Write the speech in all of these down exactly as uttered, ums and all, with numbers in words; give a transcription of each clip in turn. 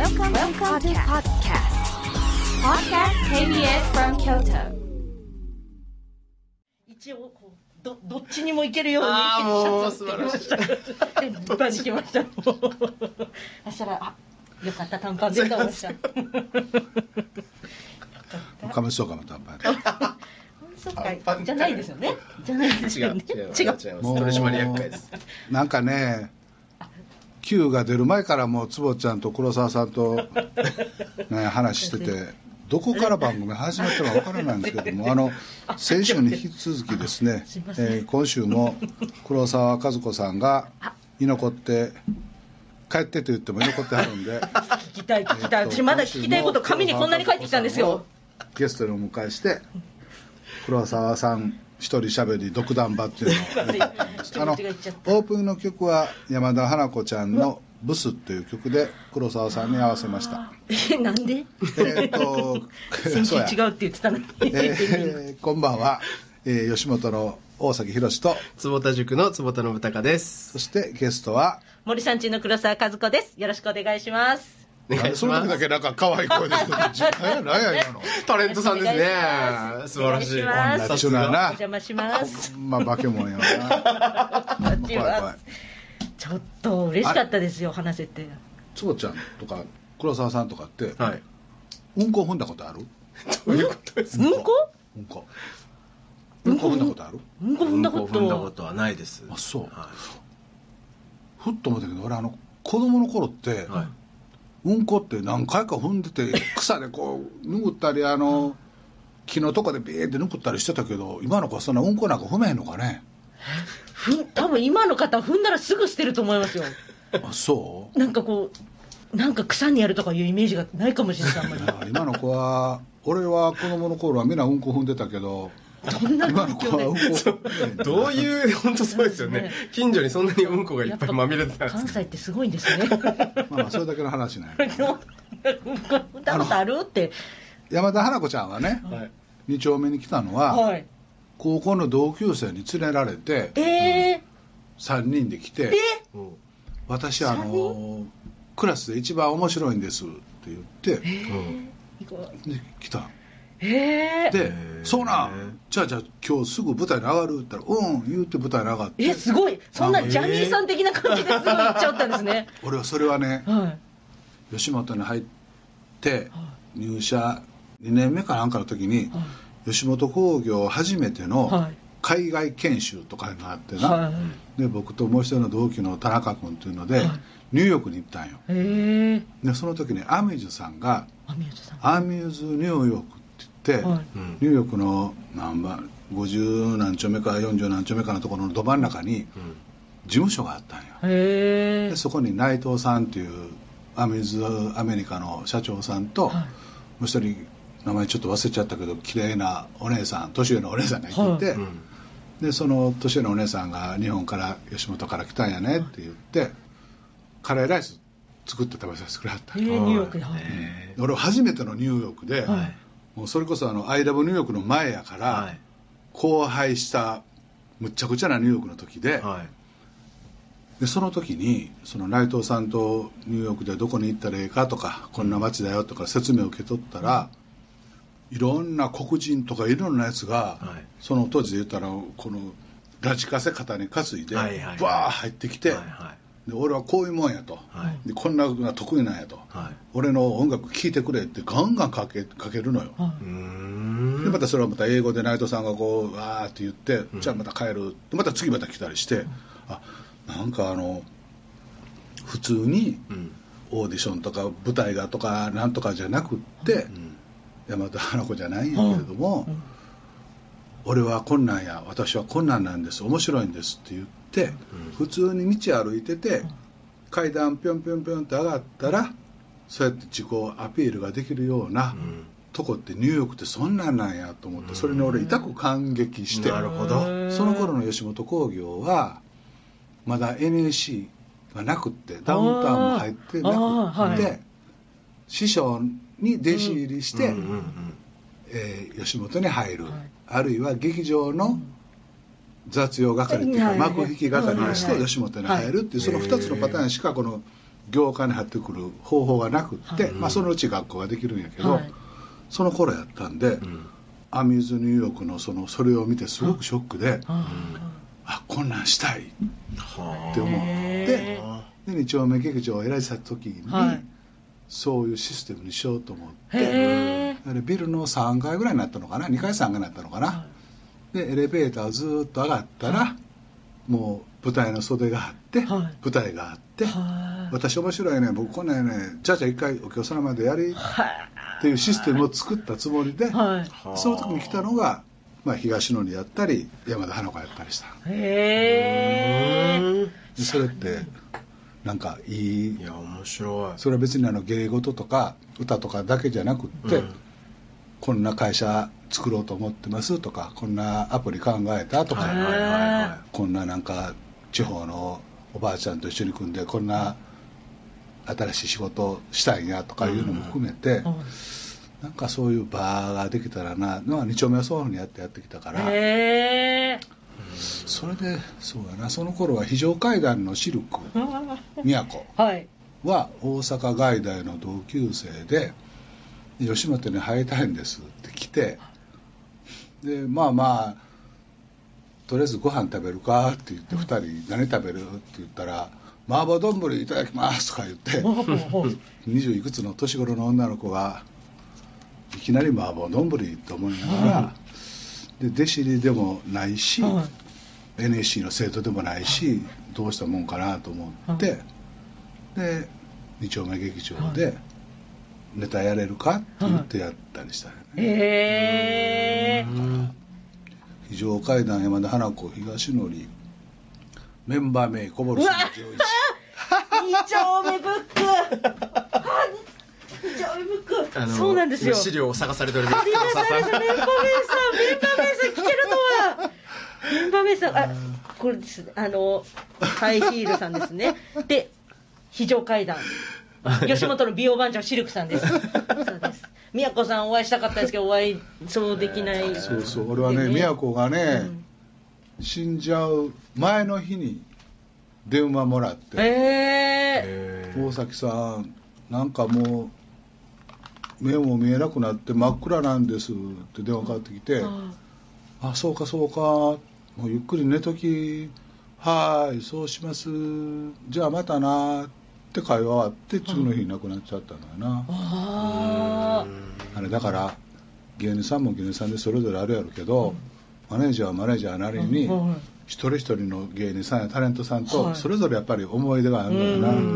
Welcome, Welcome to podcast. Podcast ケービーエス from Kyoto. 一応こう ど, どっちにも行けるようにあーもう素晴らしいシャツを着てきました。で短パンに来ました。そしたらあよかった短パンでと思いました。 亀そうかの短パン。 そうかじゃないですよね。じゃないですよね。 違う違う違う違う。 取締役会です。 なんかね、Q が出る前からもう坪ちゃんと黒沢さんと、ね、話してて、どこから番組始まったのかわからないんですけども、あの先週に引き続きですね、えー、今週も黒沢和子さんが居残って帰ってと言っても居残ってはるんで、 聞きたい聞きたい。私まだ聞きたいこと紙にこんなに書いてきたんですよ。 ゲストにお迎えして黒沢さん一人しゃべり独断場っていうのをあのオープンの曲は山田花子ちゃんのブスっていう曲で黒沢さんに合わせました。 えなんでえっと先週違うって言ってたのに、 えー、こんばんは、えー、吉本の大崎宏と坪田塾の坪田信孝です。 そしてゲストは森さんちの黒沢和子です。よろしくお願いします。 お願いします。 その時だけなんか可愛い声で何や何や今のタレントさんですね。素晴らしい。 ナチュラルなお邪魔します。 まあ化け物やな。怖い怖い。 ちょっと嬉しかったですよ話せて。 坪ちゃんとか黒沢さんとかって、 はい、 うんこ踏んだことある？ どういうことですか？ うんこ？ うんこ。うんこ踏んだことある？ うんこ踏んだこと。 うんこ踏んだことはないです。 あ、そう。 はい、 ふっと思ったけど俺あの子供の頃って、はい、うんこって何回か踏んでて草でこう拭ったりあの木のとこでビーって拭ったりしてたけど、今の子はそんなうんこなんか踏めへんのかね？ ふ多分今の方踏んだらすぐ捨てると思いますよ。 あ、そう？ なんかこうなんか草にやるとかいうイメージがないかもしれないあんまり。 今の子は俺は子供の頃はみんなうんこ踏んでたけど、 どんな今の子はうんこどういう本当そうですよね。近所にそんなにうんこがいっぱいまみれてたんです。 関西ってすごいんですね。 まあまあそれだけの話ね。 うんこ踏んだことあるって山田花子ちゃんはね、はい、に丁目に来たのは、はい、高校の同級生に連れられて、えー、さんにんで来て、えー、私あのクラスで一番面白いんですって言って、えー、で来た。えー、でそうなんじゃあじゃあ今日すぐ舞台に上がるって言ったらうん言うて舞台に上がって、 えすごいそんなジャニーさん的な感じですぐ行っちゃったんですね。 俺はそれはね、はい、吉本に入って入社にねんめかなんかの時に、はい、吉本興業初めての海外研修とかがあってな、はい、で僕ともう一人の同期の田中君っていうので、はい、ニューヨークに行ったんよ。へでその時にアミューズさんがアミューズさんアミューズニューヨークって言って、はい、ニューヨークの何番ごじゅう何丁目かよんじゅう何丁目かのところのど真ん中に事務所があったんよ。へでそこに内藤さんっていうアミューズアメリカの社長さんと、はい、もう一人名前ちょっと忘れちゃったけど綺麗なお姉さん年上のお姉さんがいてて、はいうん、でその年上のお姉さんが日本から吉本から来たんやねって言ってカレーライス作って食べさせてくれはった。 ニューヨークで、はい、 俺初めてのニューヨークで、はい、もうそれこそあの アイラブ ニューヨークの前やから、はい、荒廃したむっちゃくちゃなニューヨークの時で、はい、でその時にその内藤さんとニューヨークでどこに行ったらいいかとか、うん、こんな街だよとか説明を受け取ったら、いろんな黒人とかいろんなやつが、はい、その当時で言ったらこのラジカセ肩に担いでバー入ってきて、はいはい、で俺はこういうもんやと、はい、でこんなのが得意なんやと、はい、俺の音楽聴いてくれってガンガンかけ、かけるのよ、はい、うーんでまたそれはまた英語で内藤さんがこうわーって言って、うん、じゃあまた帰るでまた次また来たりして、うん、あなんかあの普通にオーディションとか舞台がとかなんとかじゃなくって、うん山田花子じゃないんやけれども、うん、俺はこんなんや私はこんなんなんです面白いんですって言って、うん、普通に道歩いてて、うん、階段ぴょんぴょんぴょんって上がったらそうやって自己アピールができるような、うん、とこってニューヨークってそんなんなんやと思って、うん、それに俺痛く感激して、 なるほどその頃の吉本興業はまだ エヌエーシー がなくってダウンタウンも入ってなくって、はい、師匠に弟子入りして、うんうんうんうんえー、吉本に入る、はい、あるいは劇場の雑用係っていうか、うん、幕引き係をして吉本に入るっていう、そのふたつのパターンしかこの業界に入ってくる方法がなくって、はい、まあ、そのうち学校ができるんやけど、はい、その頃やったんで、うん、アミューズニューヨークの そのそれを見てすごくショックで、うん、あ、こんなんしたいって思ってでに丁目劇場を選びた時に、はい、そういうシステムにしようと思ってビルのさんがいぐらいになったのかな、にかいさんがいになったのかな、はい、でエレベーターをずっと上がったら、はい、もう舞台の袖があって、はい、舞台があって、はい、私面白いね、僕こんなんね、じゃあじゃあ一回お客様までやりっていうシステムを作ったつもりで、はい、その時に来たのが、まあ、東野にやったり山田花子やったりした。 へー。 でそれってなんかいい、 いや面白い。 それは別にあの芸事とか歌とかだけじゃなくって、うん、こんな会社作ろうと思ってますとか、こんなアプリ考えたとか、はいはいはいはい、こんななんか地方のおばあちゃんと一緒に組んでこんな新しい仕事したいんやとかいうのも含めて、うんうん、なんかそういう場ができたらなのはに丁目はそういうふうにやってやってきたから、 へー、 それでそうやな、その頃は非常階段のシルク宮子は大阪外大の同級生で、吉本に入りたいんですって来て、でまあまあとりあえずご飯食べるかって言ってふたり何食べるって言ったら麻婆丼いただきますとか言ってにじゅういくつの年頃の女の子がいきなり麻婆丼と思いながら、で弟子入りでもないし エヌエスシー の生徒でもないしどうしたもんかなと思ってでに丁目劇場でネタやれるかって言ってやったりしたよね。 へー。 非常階段山田花子東野里メンバー名小堀さんの上一に丁目ブックに丁目ブック、そうなんですよ。 資料を探されてるメンバー名さんメンバー名さんメンバー名さん聞けるとはメンバー名さん、あ、これですね、あのハイヒールさんですね。で非常階段吉本の美容番長シルクさんです。そうです。宮子さんお会いしたかったんですけどお会いそうできない、えー、 そうそう、俺はね宮子がね、うん、死んじゃう前の日に電話もらって、えー、大崎さんなんかもう目も見えなくなって真っ暗なんですって電話かかってきて、うん、あ、そうかそうか、もうゆっくり寝とき、はい、そうします、じゃあまたなって会話終わって次の日亡くなっちゃったのよな。ああれだから芸人さんも芸人さんでそれぞれあるやろうけど、マネージャーはマネージャーなりに一人一人の芸人さんやタレントさんとそれぞれやっぱり思い出があるんだよな。うん、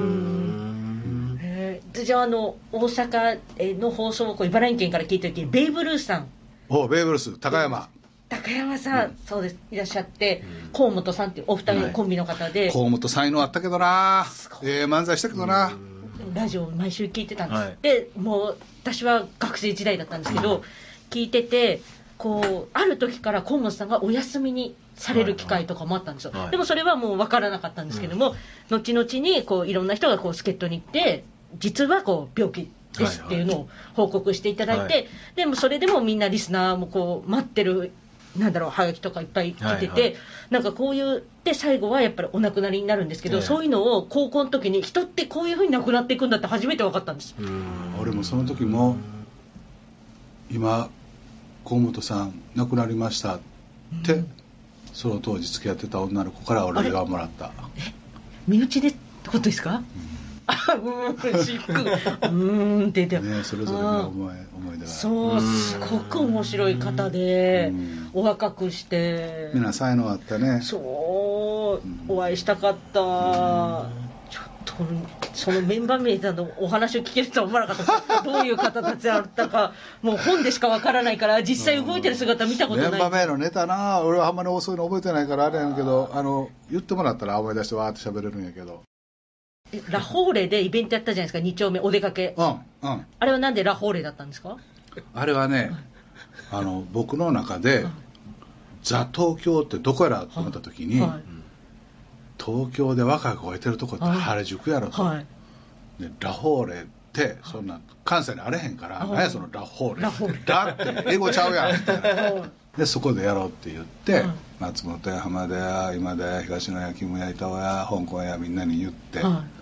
へえ。じゃあ、あの大阪の放送を茨城県から聞いた時にベイブルースさん、 おベイブルース高山高山さん、うん、そうです、いらっしゃって、うん、河本さんっていうお二人のコンビの方で、はい、 河本才能あったけどな、ええー、漫才したけどな、 ラジオ毎週聞いてたんです、はい、でもう私は学生時代だったんですけど、うん、聞いててこうある時から河本さんがお休みにされる機会とかもあったんですよ、はいはい、でもそれはもう分からなかったんですけども、うん、後々にこういろんな人がこう助っ人に行って実はこう病気ですっていうのを報告していただいて、はいはい、でもそれでもみんなリスナーもこう待ってるなんだろうはがきとかいっぱい来てて、はいはい、なんかこういうで最後はやっぱりお亡くなりになるんですけど、えー、そういうのを高校の時に人ってこういう風に亡くなっていくんだって初めて分かったんです。 うーん、俺もその時も今河本さん亡くなりましたって、うん、その当時付き合ってた女の子から俺がもらった。 え、身内でってことですか？うん、あ、うーん、シックうーんって言って、 ね、それぞれの思い思い出が、 そう、すごく面白い方で、お若くしてみんな才能あったね。 そう、お会いしたかった。ちょっとそのメンバー名などお話を聞けるとは思わなかったどういう方たちだったかもう本でしかわからないから実際動いてる姿見たことない。 メンバー名のネタな、俺はあんまりそういうの覚えてないからあれやんけど、あの言ってもらったら思い出してわーって喋れるんやけど、 ラフォーレでイベントやったじゃないですか、に丁目お出かけ、 うんうん、 あれはなんでラフォーレだったんですか？ あれはね、あの僕の中でザ・東京ってどこやらと思った時に、はいはい、東京で若い子がいてるとこって原宿やろと、はい、でラフォーレってそんな関西にあれへんから、はい、何やそのラフォーレラフォーレだって英語ちゃうやんみたいなでそこでやろうって言って、はい、松本や浜田や今田や東野やキムや板尾や香港やみんなに言って、はい、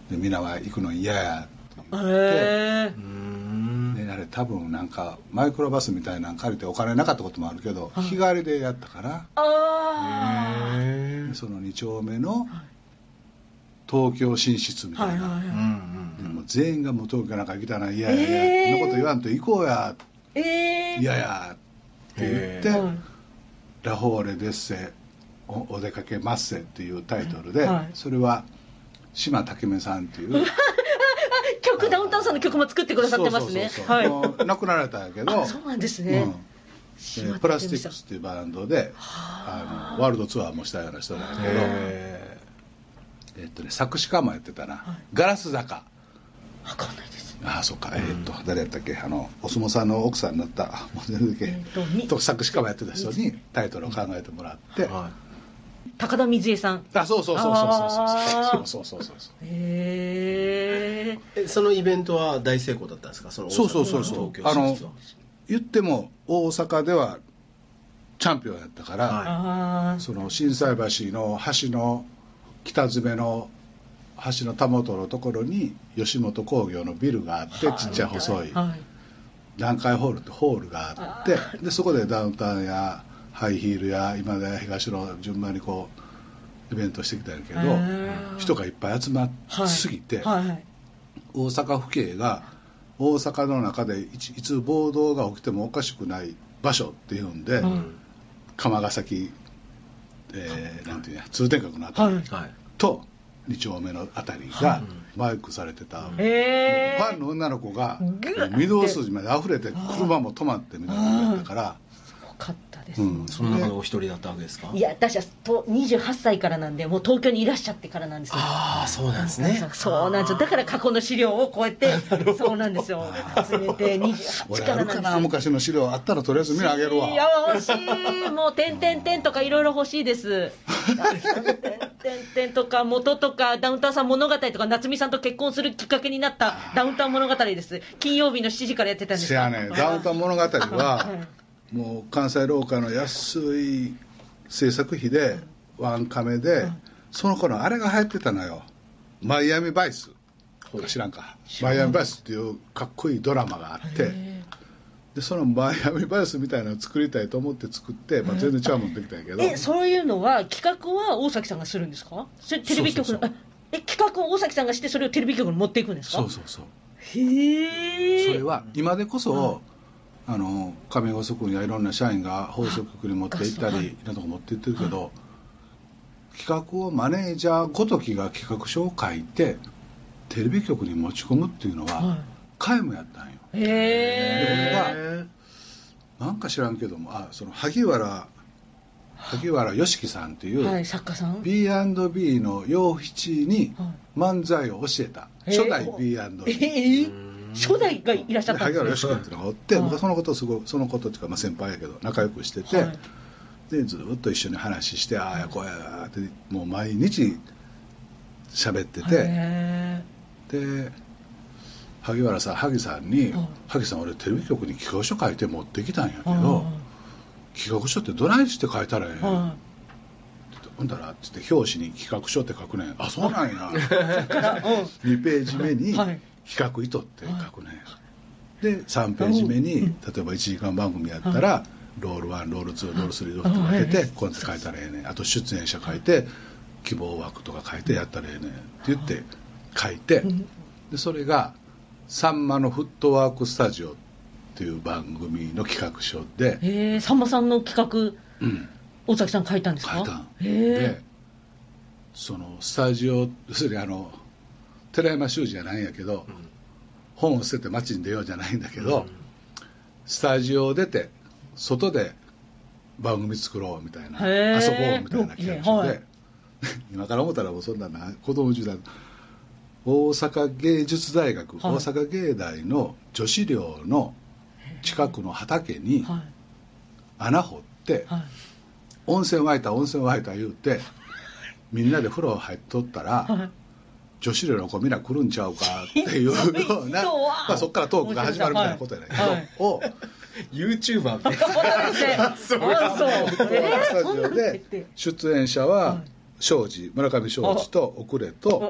で皆は行くの嫌やって言って、 へであれ多分なんかマイクロバスみたいなの借りてお金なかったこともあるけど、日帰りでやったから、 あでそのに丁目の東京進出みたいな、はいはいはい、でも全員がもう東京なんか行きたない、いやいやいや、えー、そんなこと言わんと行こうや、いやいやって言って、えー、ラフォーレデッセ お, お出かけマッセっていうタイトルで、はい、それは島武目さんっていう曲、ダウンタウンさんの曲も作ってくださってますね。 亡くなられたんやけど、 そうなんですね、 うん、プラスティックスっていうバンドであのワールドツアーもしたような人なんやけど、えーっとね、作詞家もやってたな、はい、ガラス坂、 分かんないです。 ああそうか、えー、っと誰やったっけ、あのお相撲さんの奥さんになったもう全然だけ、えー、と作詞家もやってた人にタイトルを考えてもらって、はい、 高田水江さん、 あそうそうそうそうそうそうそうそうそうそう、 へえ。そのイベントは大成功だったんですか？そのそうそうそうそう、あの言っても大阪ではチャンピオンやったから、はい、その心斎橋の橋の北詰めの橋のたもとのところに吉本興業のビルがあって、はい、ちっちゃい細い、はい、南海ホールってホールがあって、でそこでダウンタウンやハイヒールや今田東の順番にこうイベントしてきたんやけど、人がいっぱい集まりすぎて、はいはい、大阪府警が大阪の中で い, いつ暴動が起きてもおかしくない場所っていうんで、うん、釜ヶ崎、えー、なんていうや通天閣のあたり、はい、とに丁目のあたりがマイクされてた、はい、ファンの女の子が御堂筋まで溢れて車も止まってみたいなのだったから、 すごかったです、うん、 その中でお一人だったわけですか？ いや私はにじゅうはっさいからなんで、もう東京にいらっしゃってからなんですよ。 ああそうなんですね。 そうなんですよ。だから過去の資料をこうやってそうなんですよ集めてにじゅうはちからなんですよ。 俺あるかな、昔の資料あったらとりあえず見てあげるわ。 いや欲しい、もう点々点とかいろいろ欲しいです点々とか元とかダウンタウンさん物語とか夏美さんと結婚するきっかけになったダウンタウン物語です。金曜日のしちじからやってたんですか？ せやね、ダウンタウン物語はもう関西ローカーの安い制作費でワンカメで、その頃あれが流行ってたのよ、マイアミバイス、知らんか、マイアミバイスっていうかっこいいドラマがあって、でそのマイアミバイスみたいなのを作りたいと思って作って、まあ、全然違うもんできたんやけど、 えそういうのは企画は大崎さんがするんですか？それテレビ局の、そうそうそう、え企画を大崎さんがしてそれをテレビ局に持っていくんですか？ そうそうそう、 へえ。 それは今でこそ、うん、あの上細君やいろんな社員が放送局に持って行ったり、はい、いろんなとこ持って行ってるけど、はい、企画をマネージャーごときが企画書を書いてテレビ局に持ち込むっていうのは皆無やったんよ。へえ。なんか知らんけども、あその萩原萩原良樹さんっていう、 はい、作家さんビーアンドビー の洋七に漫才を教えた、はい、初代 ビーアンドビー、 えー初代がいらっしゃったんですね。 萩原良樹君っていうのがおって、僕はそのことをすごいそのことっていうか、まあ、先輩やけど仲良くしてて、はい、でずっと一緒に話して、ああやこうやってもう毎日喋ってて、で萩原さん萩さんに、萩さん俺テレビ局に企画書書いて持ってきたんやけど、企画書ってどないして書いたらええん、ほんだらって言って表紙に企画書って書くねん。あそうなんやにページ目に、はい、企画意図って書くね、でさんページ目に例えばいちじかん番組やったらロールワンロールツーロールスリーロールと分けてこうやって書いたらええねん、あと出演者書いて希望枠とか書いてやったらええねんって言って書いて、でそれがさんまのフットワークスタジオっていう番組の企画書で、 へえ、さんまさんの企画、うん、大崎さん書いたんですか？ 書いたんで、そのスタジオ要するにあの寺山修司じゃないんやけど、うん、本を捨てて街に出ようじゃないんだけど、うん、スタジオを出て外で番組作ろうみたいな、遊ぼうみたいな企画書で、はい、今から思ったらもうそんなな子供時代大阪芸術大学、はい、大阪芸大の女子寮の近くの畑に穴掘って、はい、温泉湧いた温泉湧いた言うてみんなで風呂入っとったら、はい、女子寮の子みんな来るんちゃうかっていうような、まあ、そっからトークが始まるみたいなことやねんけど、はい、を YouTuber ってそうスタジオで出演者は庄司村上庄司と奥れと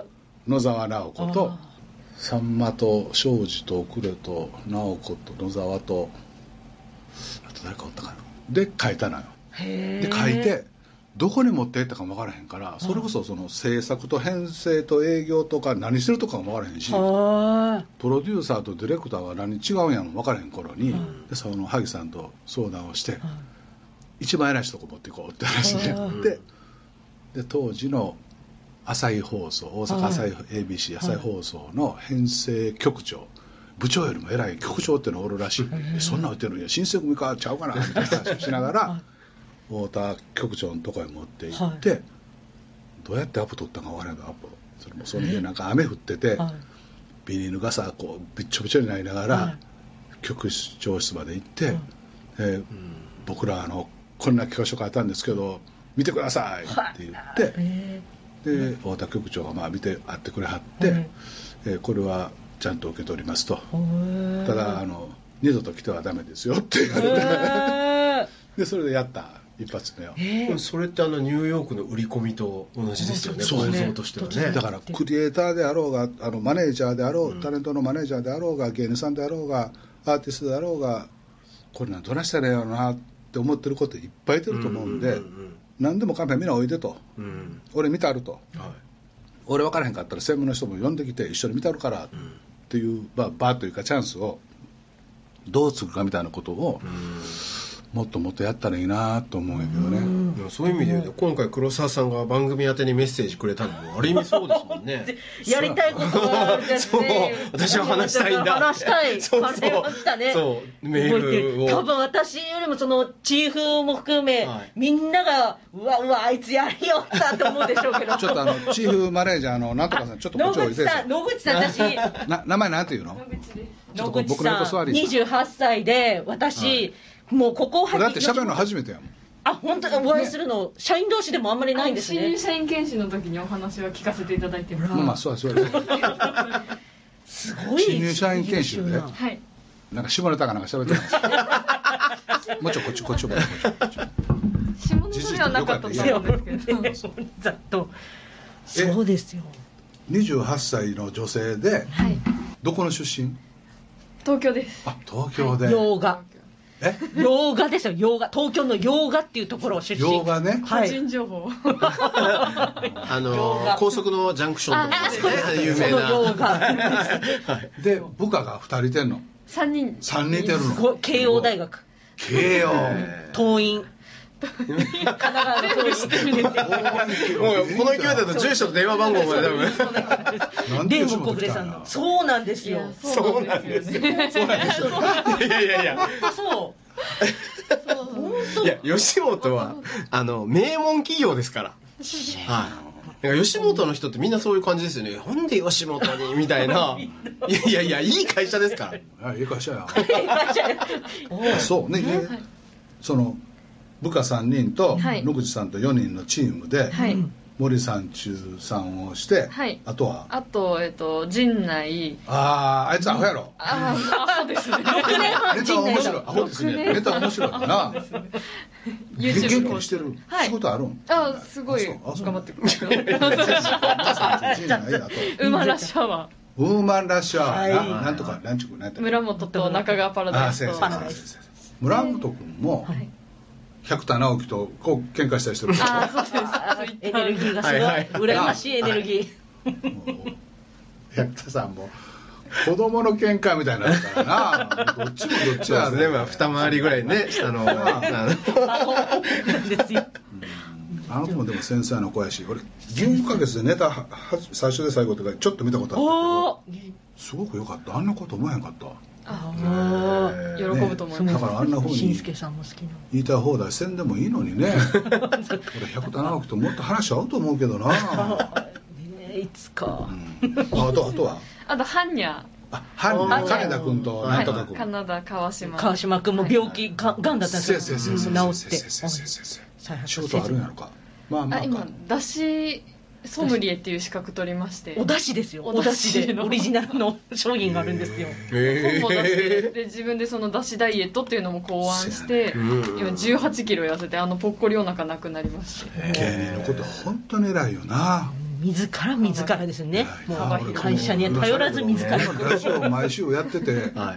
野沢直子とさんまと庄司と呉と直子と野沢とあと誰かおったかなで書いたのよ。で書いてどこに持っていったかも分からへんから、それこそその制作と編成と営業とか何してるとかも分からへんし、プロデューサーとディレクターは何違うんやも分からへん頃に、でその萩さんと相談をして、一番偉いとこ持っていこうって話になって、で当時の朝日放送大阪朝日 エービーシー 朝日放送の編成局長、部長よりも偉い局長っていうのがおるらしい、そんなん言ってるのに新選組かちゃうかなみたいな話をしながら太田局長のとこへ持って行って、はい、どうやってアポ取ったか分からないけど、アポそれもそれでなんか雨降ってて、はい、ビニール傘こうびっちょびちょになりながら、はい、局長室まで行って、はいえーうん、僕らあのこんな教書書いたんですけど見てくださいって言って、はい、で太田局長がまあ見て会ってくれはって、はいえー、これはちゃんと受け取りますと、ただあの二度と来てはダメですよって言われてでそれでやった一発目よ、 えー、それってあのニューヨークの売り込みと同じですよね、構造としてはね。 だからクリエイターであろうがあのマネージャーであろう、うん、タレントのマネージャーであろうが芸人さんであろうがアーティストであろうがこれなんどないしたらいいやろなって思ってることいっぱいいてると思うんで、うんうんうん、何でもカンペみんなおいでと、うん、俺見てあると、はい、俺分からへんかったら専門の人も呼んできて一緒に見てあるからっていう、まあ、バーというかチャンスをどう作るかみたいなことを、うんもっともっとやったらいいなと思うんやけどね。 うん、そういう意味で言うと今回黒沢さんが番組宛てにメッセージくれたのもある意味そうですもんねやりたいことがあるんですね私は話したいんだ話したいそうそう話したねそうメールを多分私よりもそのチーフも含め、はい、みんながうわうわあいつやりよったと思うでしょうけどちょっとあのチーフマネージャーのなんとかさんちょっとこっちおいで野口さん野口さん私な名前なんていうの野口さんにじゅうはっさいで私、はいもうここをだって喋るの初めてやもん。 あ本当お会いするの、ね、社員同士でもあんまりないんですね。 新入社員研修の時にお話は聞かせていただいてます。 まあまあそうそうすごい新入社員研修で、 はい、 なんか下ネタかなんか喋ってますもうちょこっちこっちこっちこっち下ネタではなかったと思うんですけどざっとそうですよ。 にじゅうはっさいの女性で、はい、どこの出身？ 東京です。 あ東京で、 はい、洋画え洋画ですよ洋画東京の洋画っていうところを出身洋画ね個人情報あの高速のジャンクションとかで、ね、有名な洋画、 はい、で部下がふたりいてんのさんにんさんにんいてるの慶応大学慶応桐蔭神奈川の桐蔭もうこの勢いだと住所と電話番号まで多分でも小暮さんのそうなんですよそうなんですよそうなんですよいやいやいやそういや吉本はあの名門企業ですからはいなんか吉本の人ってみんなそういう感じですよね。なんで吉本にみたいないやいやいやいい会社ですからいい会社やそうね、はい、その部下さんにんと野口さんとよにんのチームで、はい、森三中さんをして、はい、あとはあと、えっと、陣内あああいつアホやろああそうですねろくねんはんネタ面白いアホですねネタ面白いな元気にしてる、はい、仕事あるんあすごい頑張ってくれるウーマンラッシャーはウーマンラッシャーは、はい、なんとかなんちゅうなんて村本と中川パラダイスと村本君も、はい百田直樹とこう喧嘩したりしてるあそうですエネルギーがすごい、はいはい、羨ましいエネルギー百田さんも子供の喧嘩みたいになるからなどっちもどっちだねまあ二回りぐらいね下のなんですよあの子もでも繊細な子やし俺じゅっかげつでネタ最初で最後とかちょっと見たことあったけどすごく良かったあんなこと思えへんかったあ喜ぶと思います、 ね、だからあんな風にしんすけさんも好きな言いたい放題せんでもいいのにね俺百田直樹ともっと話合うと思うけどないつか、 うん、あ, あとあとはあとハンニャあハンニャ金田君となんとか君、 はい、金田川島川島君も病気が、はい、がんだったんですよ、治って仕事あるんやろかまあまあ今だしソムリエっていう資格取りましてお出汁ですよお出汁でオリジナルの商品があるんですよ本も出してで自分でその出汁ダイエットっていうのも考案して今じゅうはちキロ痩せてあのぽっこりお腹なくなりました芸人のこと本当に偉いよな自ら自らですね。もう会社には頼らず自ら。 ラジオ毎週やってて、はい、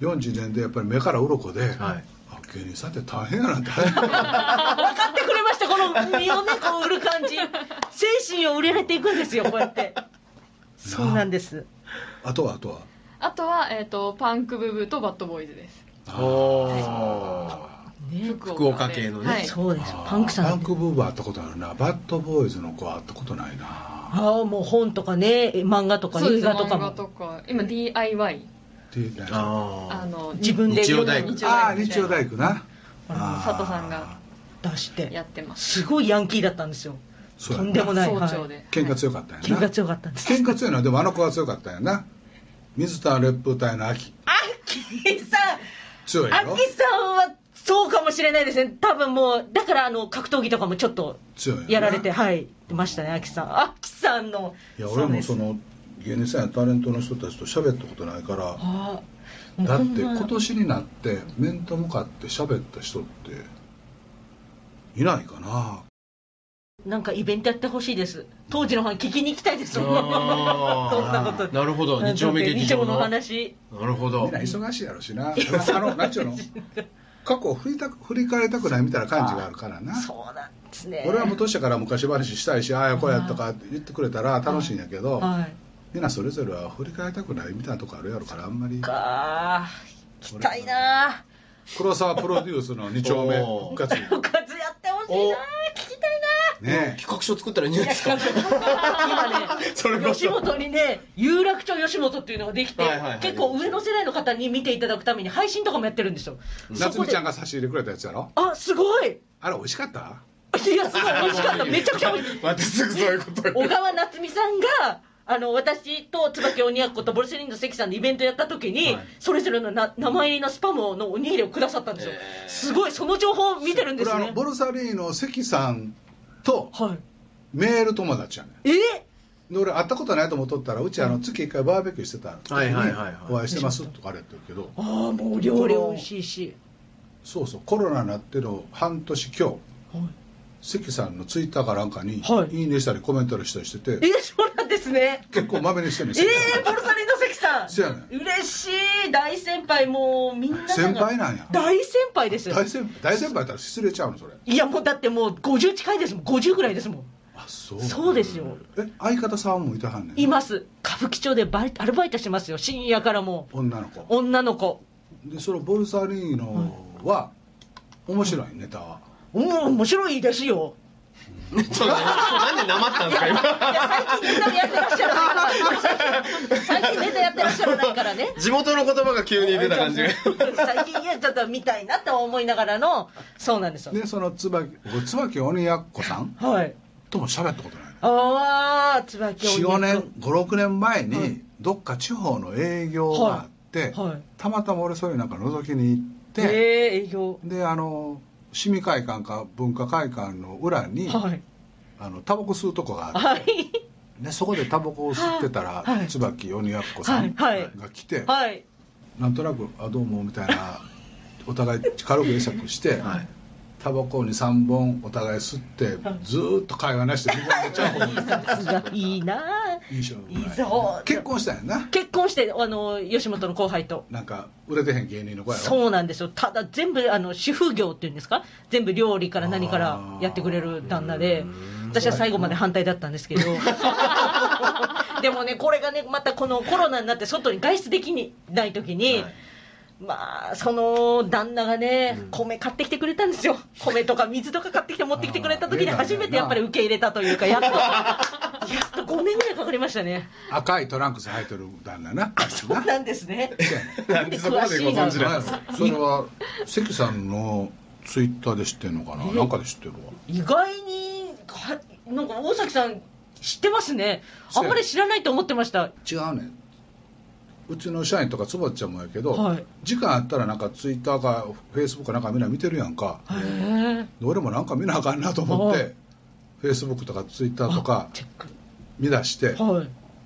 よんじゅうねんでやっぱり目から鱗で、はい、あ、芸人さんって大変やなんて分かってくれました。この身をねこう売る感じ、精神を売られていくんですよ、こうやって。そうなんです。 あとはあとはあとは、えー、とパンクブブーとバッドボーイズです。 おー、ね、福岡系のね、はい、 そうです。パンクさんパンクブーは会ったことあるな。バッドボーイズの子は会ったことないな。 ああ、もう本とかね、漫画とか映画とかも。 漫画とか今 ディーアイワイ、 ああの自分で日曜大工、 ああ日曜大工な、 佐藤さんが出してやってます。 すごいヤンキーだったんですよ。とんでもない。 早朝で喧嘩強かったんやな。 喧嘩強かったんです。 喧嘩強いのはでもあの子が強かったんやな。水田烈風隊の秋秋さん、 強いよ。 秋さんはそうかもしれないですね。多分もうだからあの格闘技とかもちょっとやられて、はい出ましたね、秋さん。秋さんのいや俺もその芸人さんやタレントの人たちと喋ったことないから、あだって今年になって面と向かって喋った人っていないかな。 なんかイベントやってほしいです。当時の話聞きに行きたいです。そんなこと。 なるほど。日曜目劇場の話。 なるほど。 みんな忙しいやろしな。あのなんちゅうの過去を振りた振り返りたくないみたいな感じがあるからな。 そうなんですね。 俺はもう年から昔話したいし、ああやこうやとか言ってくれたら楽しいんやけど、みんなそれぞれは振り返りたくないみたいなとこあるやろから、あんまり。 かー、聞きたいな。 黒沢プロデュースのに丁目復活。 復活やってほしいな。聞きたいな。 ね、企画書作ったらいいんじゃないですか。 今ね、それ吉本にね、有楽町吉本っていうのができて、はいはいはい、結構上の世代の方に見ていただくために配信とかもやってるんですよ。 夏美ちゃんが差し入れくれたやつやろ。 あ、すごい。 あれ美味しかった？ いや、すごい美味しかった。めちゃくちゃ美味しい。 待って、すぐそういうこと小川夏美さんがあの私と椿鬼奴とボルセリンの関さんでイベントやった時に、はい、それぞれのな名前入りのスパムのおにぎりをくださったんですよ。すごい、その情報を見てるんですね。 これあのボルサリーノ関さんと、はい、メール友達やねん。 えで俺会ったことないと思っとったら、うちあの月いっかいバーベキューしてた時にお会いしてますとかあれやってるけど、 ああもう料理美味しいし、 そうそう、コロナになっての半年今日、はい、関さんのツイッターかなんかに、はい、いいねしたりコメントしたりしてて、 えー、そうなんですね。 結構まめにしてるんですよ。 えー、ボルサリーノ関さんそうやねん。 嬉しい。大先輩、もうみんな先輩なんや。 大先輩ですよ。 大先輩、大先輩やったら失礼ちゃうのそれ。 いやもうだってもうごじゅう近いですもん。ごじゅうぐらいですもん。 あ、そう。 そうですよ。 え、相方さんもいたはんねん。 います。歌舞伎町でバイアルバイトしてますよ。深夜からもう。女の子。 女の子。 でそのボルサリーノは、うん、面白いネタは。 うん、面白いですよ。 ちょっとなんでなまったんですか今。いや最近ネタやってらっしゃらないから最近ネタやってらっしゃらないからね。 地元の言葉が急に出た感じが最近いやちょっと見たいなと思いながらの、そうなんですよ。 でその椿椿鬼奴さん、はい、とも喋ったことない。 ああ、椿鬼奴よん、ごねんごろくねんまえに、はい、どっか地方の営業があって、はいはい、たまたま俺そういうなんか覗きに行って、 えー、営業であの市民会館か文化会館の裏に、はい、あのタバコ吸うとこがあって、はい、でそこでタバコを吸ってたら、はい、椿鬼奴さんが来て、はいはい、なんとなく「あどうも」みたいなお互い軽く会釈して、はい、タバコにさんぼんお互い吸って、はい、ずーっと会話なしでめちゃいいなぁ。 いいしょ。いいぞ。結婚したんやな。 結婚してあの吉本の後輩と。 なんか売れてへん芸人の子やろ。 そうなんですよ。ただ全部あの主婦業っていうんですか、全部料理から何からやってくれる旦那で、私は最後まで反対だったんですけどでもねこれがねまたこのコロナになって外に外出できない時に、はい、まあその旦那がね、うん、米買ってきてくれたんですよ。米とか水とか買ってきて持ってきてくれた時に初めてやっぱり受け入れたというか、やっとやっとごねんぐらいかかりましたね。 赤いトランクス履いてる旦那な。 あ、そうなんですね。 なんでそこまでご存知なんですか。 それは関さんのツイッターで知ってるのかな、なんかで知ってるわ。 意外になんか大崎さん知ってますね。あんまり知らないと思ってました。 違うね、うちの社員とかつばっちゃんもやけど、はい、時間あったらなんかツイッターかフェイスブックかなんかみんな見てるやんか。へ俺もなんか見なあかんなと思ってフェイスブックとかツイッターとか見出して、はい、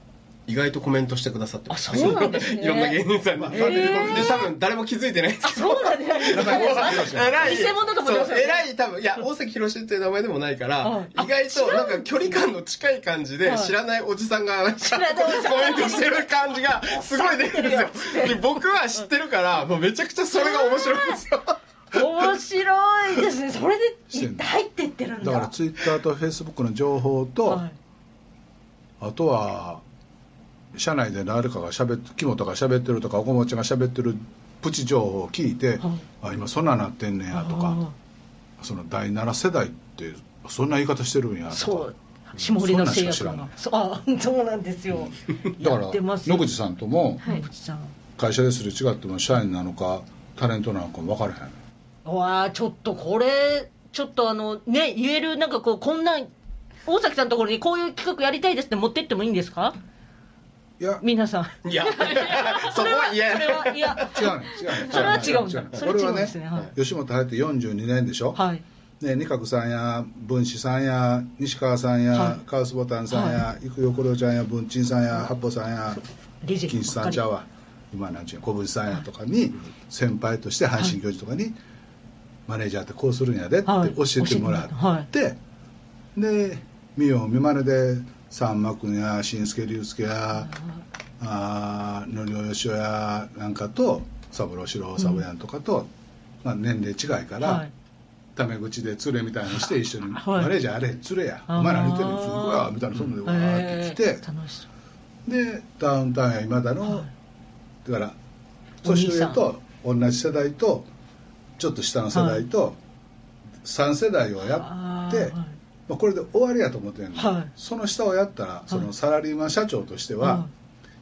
意外とコメントしてくださってます。 あ、そうなんですね。 いろんな芸人さんに。えー、で、多分誰も気づいてないですけど。 あ、そうなんですね。 偉い。 偽物だと思ってますよね。 偉い、多分、いや、大崎宏っていう名前でもないから、意外となんか距離感の近い感じで、知らないおじさんがなんか、コメントしてる感じがすごい出るんですよ。で、僕は知ってるから、もうめちゃくちゃそれが面白いんですよ。 面白いですね。それで入ってってるんだ。 だからツイッターとフェイスブックの情報と、はい、あとは社内で誰かが喋って木本が喋ってるとかおこもちが喋ってるプチ情報を聞いて、はい、あ今そんななってんねやとか、そのだいなな世代ってそんな言い方してるんやとか、 そう霜降りの製薬があそうなんですよ、 うん、だから野口さんとも、 はい、 会社ですれ違っても社員なのかタレントなのかも分からへん。 わあちょっとこれちょっとあのね言えるなんかこうこんな大崎さんのところにこういう企画やりたいですって持ってってもいいんですか？ いや皆さんいやそこは嫌それはいや違うね違うねそれは違うんだ。 それはね、はい、吉本入ってよんじゅうにねんでしょ。 はい。 ね、二角さんや文枝さんや西川さんや、はい、カウスボタンさんや、はい、生横丁ちゃんや文鎮さんや八方さんや金さんちゃうわ今なんちゅう小渕さんやとかに、はい、先輩として阪神教授とかに、はい、マネージャーってこうするんやでって教えてもらって、はい、で見よう見まねでさんま君や新助龍介やあのりおよしおやなんかと三郎四郎サブヤンとかと、うんまあ、年齢違いから、はい、タメ口で連れみたいにして一緒に、はい、マネージャーあれ連れやお前ら似てるんですよみたいなそんなでわーって来て、でダウンタウンや今田の、はい、だから年上と同じ世代とちょっと下の世代と、はい、さん世代をやって、はいまあ、これで終わりやと思ってるんで、はい、その下をやったらそのサラリーマン社長としては、はい、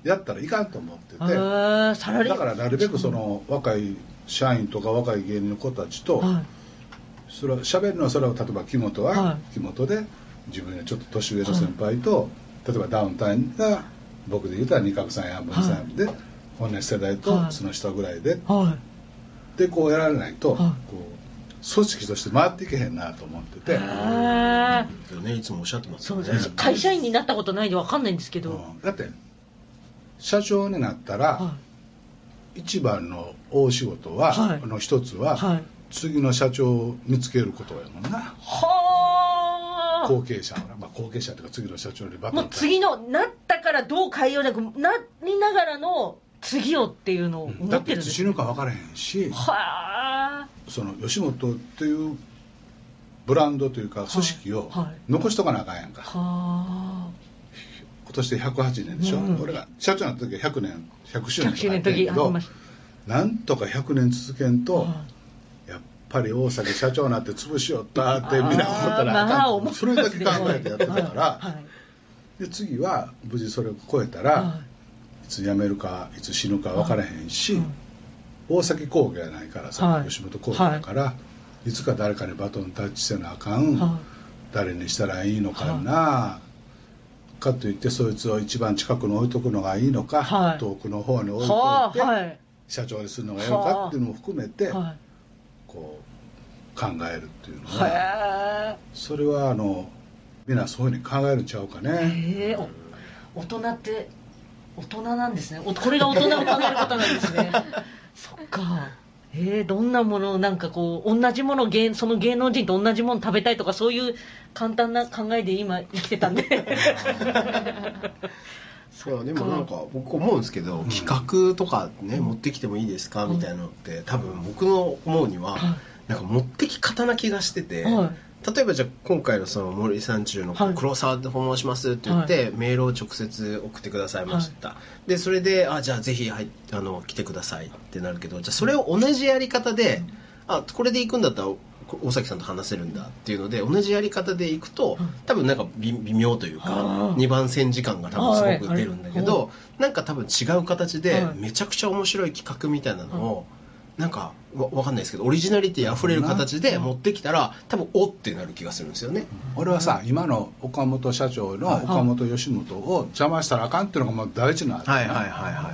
やったらいかんと思ってて、はい、だからなるべくその若い社員とか若い芸人の子たちと、はい、それは喋るのはそれを例えば木本は、はい、木本で自分よりちょっと年上の先輩と、はい、例えばダウンタウンが僕で言うたら二角さんや文さんで、はい、同じ世代とその下ぐらいで、はい、でこうやられないと、はい、こう組織として回っていけへんなと思ってて、へーね、いつもおっしゃってますよね。 そうです。会社員になったことないんで分かんないんですけど、うん、 だって社長になったら、はい、一番の大仕事は、はい、の一つは、はい、次の社長を見つけることやもんな。はあ。後継者、まあ、後継者というか次の社長にバトン。 もう次のなったからどう変えようなくなりながらの次をっていうのを思ってるんです、ね、 だっていつ死ぬか分からへんし、 はあ。その吉本っていうブランドというか組織を残しとかなあかんやんか。はあ。今年でひゃくはちねんでしょ、うん、俺が社長になった時はひゃくねんひゃくしゅうねんとかやってんけど、なんとかひゃくねん続けんと、はあ、やっぱり大崎社長になって潰しよったってみんな思ったらあかん、まあ、それだけ考えてやってたから、はい、で次は無事それを超えたら、はい、いつ辞めるかいつ死ぬか分からへんし、はい、大崎工業やないからさ、はい、吉本工業だから、はい、いつか誰かにバトンタッチせなあかん、はい、誰にしたらいいのかな、はい、かといってそいつを一番近くに置いとくのがいいのか、はい、遠くの方に置いといて、はい、社長にするのがいいのかっていうのも含めて、はい、こう考えるっていうのは、それはあのみんなそういうふうに考えるんちゃうかね。 へー、大人って大人なんですね。これが大人を考えることなんですね。そっか。えー、どんなものなんかこう同じもの芸その芸能人と同じもの食べたいとかそういう簡単な考えで今生きてたんで。 そうでもなんか僕思うんですけど、うん、企画とかね持ってきてもいいですかみたいなのって多分僕の思うにはなんか持ってき方な気がしてて、はい、例えばじゃあ今回のその森三中の黒沢で訪問しますって言って、はい、メールを直接送ってくださいました、はい、でそれであじゃあぜひ、はい、あの来てくださいってなるけど、じゃあそれを同じやり方で、うん、あこれで行くんだったら大崎さんと話せるんだっていうので同じやり方でいくと多分なんか 微, 微妙というかにばん線時間が多分すごく出るんだけど、なんか多分違う形でめちゃくちゃ面白い企画みたいなのをなんかわ分かんないですけどオリジナリティあふれる形で持ってきたら多分おってなる気がするんですよね。 俺はさ今の岡本社長の岡本吉本を邪魔したらあかんっていうのがもう大事な、 はいはいはいはい、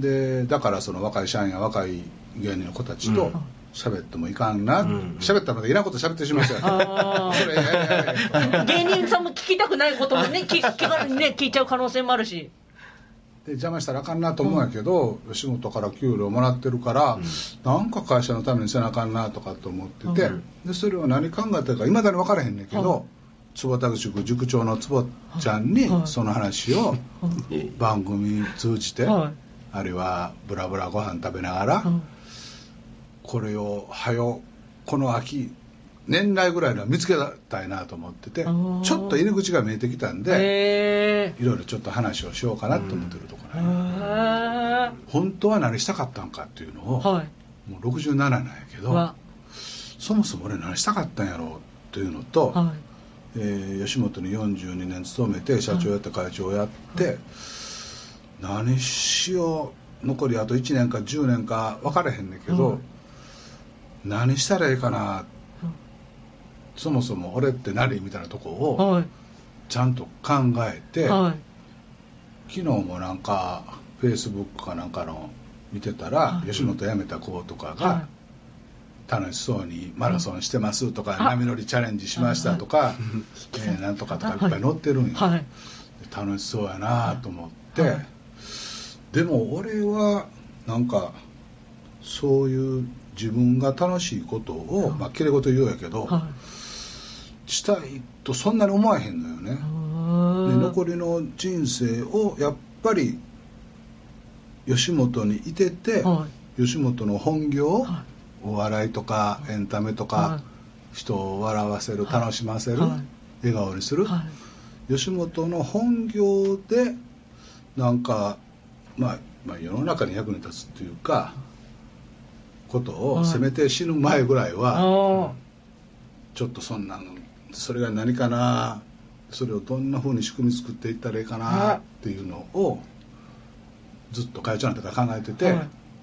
でだからその若い社員や若い芸人の子たちと、うん喋ってもいかんな、喋、うん、ったのでいらんこと喋ってしまうあそれ芸人さんも聞きたくないこともね聞, 聞, ね聞いちゃう可能性もあるしで邪魔したらあかんなと思うんやけど、うん、吉本から給料もらってるから、うん、なんか会社のためにせなあかんなとかと思ってて、うん、でそれを何考えてるかいまだに分からへんねんけど、うん、坪田塾塾長の坪ちゃんにその話を番組通じて、はい、あるいはブラブラご飯食べながら、うん、これをはよこの秋年内ぐらいのは見つけたいなと思ってて、ちょっと入り口が見えてきたんでいろいろちょっと話をしようかなと思ってるところね。本当は何したかったんかっていうのを、はい、もうろくじゅうなななんやけど、そもそも俺何したかったんやろうっていうのと、はい、えー、吉本によんじゅうにねん勤めて社長やって会長やって、はい、何しよう残りあといちねんかじゅうねんか分からへんねんけど、はい、何したらいいかなって、そもそも俺って何みたいなとこをちゃんと考えて、はい、昨日もなんかフェイスブックかなんかの見てたら、はい、吉本辞めた子とかが楽しそうにマラソンしてますとか、はい、波乗りチャレンジしましたとか、えー、なんとかとかいっぱい載ってるんよ、はい、楽しそうやなと思って、はい、でも俺はなんかそういう自分が楽しいことを、まあきれい事言うやけど、はい、したいとそんなに思わへんのよね。で残りの人生をやっぱり吉本にいてて、はい、吉本の本業、はい、お笑いとかエンタメとか、はい、人を笑わせる、楽しませる、はい、笑顔にする、はい、吉本の本業でなんか、まあ、まあ世の中に役に立つっていうかことをせめて死ぬ前ぐらいはちょっとそんなのそれが何かな、それをどんな風に仕組み作っていったらいいかなっていうのをずっと会長なんて考えてて、で